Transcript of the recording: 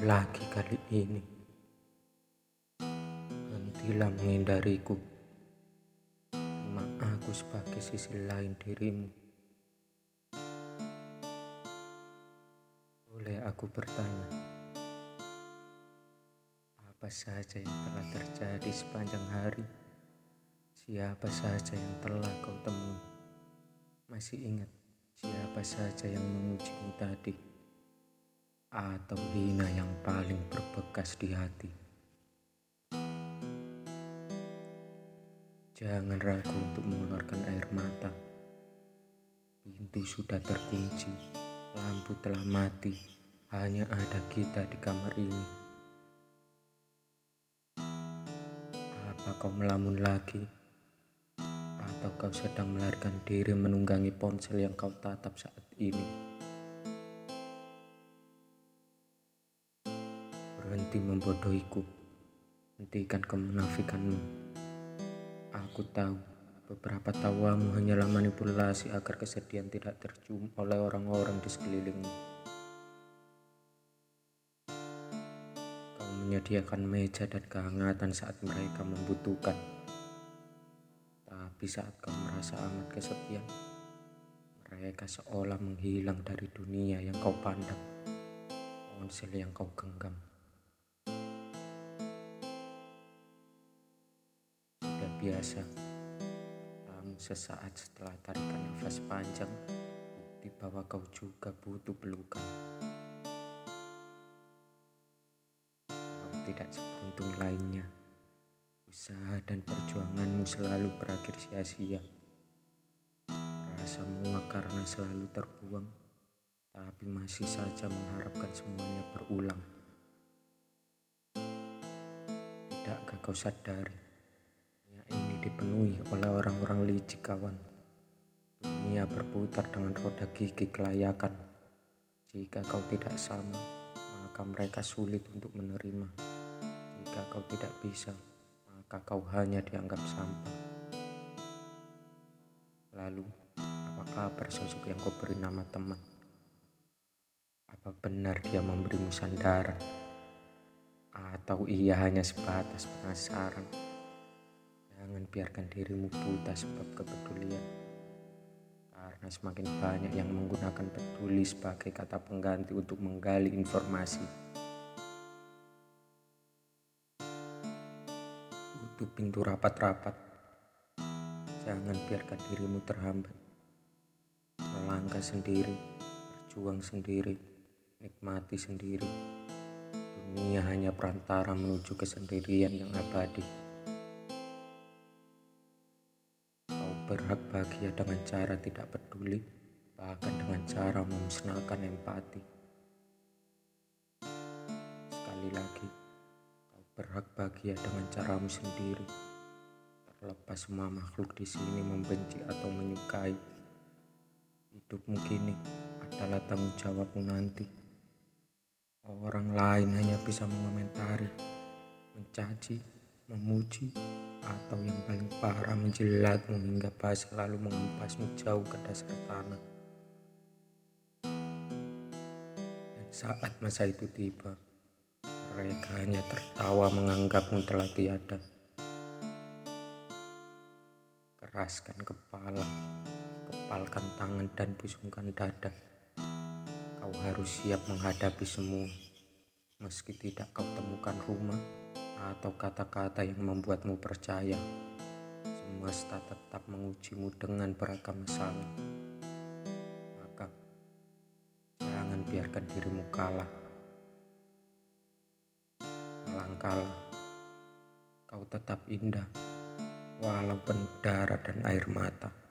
lagi kali ini. Hentilah menghindariku. Terima aku sebagai sisi lain dirimu. Boleh aku bertanya, apa saja yang telah terjadi sepanjang hari? Siapa saja yang telah kau temui? Masih ingat siapa saja yang mengujimu tadi? Atau hina yang paling berbekas di hati? Jangan ragu untuk mengeluarkan air mata. Pintu sudah terkunci, lampu telah mati, hanya ada kita di kamar ini. Apa kau melamun lagi? Atau kau sedang melarikan diri menunggangi ponsel yang kau tatap saat ini? Berhenti membodohiku, hentikan kemunafikanmu. Aku tahu beberapa tawamu hanyalah manipulasi agar kesedihan tidak tercium oleh orang-orang di sekelilingmu. Kau menyediakan meja dan kehangatan saat mereka membutuhkan. Tapi saat kau merasa amat kesepian, mereka seolah menghilang dari dunia yang kau pandang, ponsel yang kau genggam. Sudah biasa, namun sesaat setelah tarikan nafas panjang, bukti bahwa kau juga butuh pelukan. Kau tidak seberuntung lainnya. Usaha dan perjuanganmu selalu berakhir sia-sia. Rasa muak karena selalu terbuang, tapi masih saja mengharapkan semuanya berulang. Tidakkah kau sadari, dunia ini dipenuhi oleh orang-orang licik, kawan. Dunia berputar dengan roda gigi kelayakan. Jika kau tidak sama, maka mereka sulit untuk menerima. Jika kau tidak bisa, maka kau hanya dianggap sampah. Lalu, apa kabar sosok yang kau beri nama teman? Apa benar dia memberimu sandaran? Atau ia hanya sebatas penasaran? Jangan biarkan dirimu buta sebab kepedulian. Karena semakin banyak yang menggunakan peduli sebagai kata pengganti untuk menggali informasi. Tutup pintu rapat-rapat. Jangan biarkan dirimu terhambat. Melangkah sendiri, berjuang sendiri, nikmati sendiri. Dunia hanya perantara menuju kesendirian yang abadi. Kau berhak bahagia dengan cara tidak peduli, bahkan dengan cara memusnahkan empati. Sekali lagi, kau berhak bahagia dengan caramu sendiri. Terlepas semua makhluk di sini membenci atau menyukai, hidupmu kini adalah tanggung jawabmu nanti. Orang lain hanya bisa mengomentari, mencaci, memuji, atau yang paling parah menjilatmu hingga basi lalu mengempasmu jauh ke dasar tanah. Dan saat masa itu tiba, mereka hanya tertawa menganggapmu telah tiada. Keraskan kepala, kepalkan tangan dan pusingkan dada. Kau harus siap menghadapi semua, meski tidak kau temukan rumah atau kata-kata yang membuatmu percaya. Semesta tetap mengujimu dengan beragam masalah. Maka, jangan biarkan dirimu kalah. Melangkahlah, kau tetap indah, walau penuh darah dan air mata.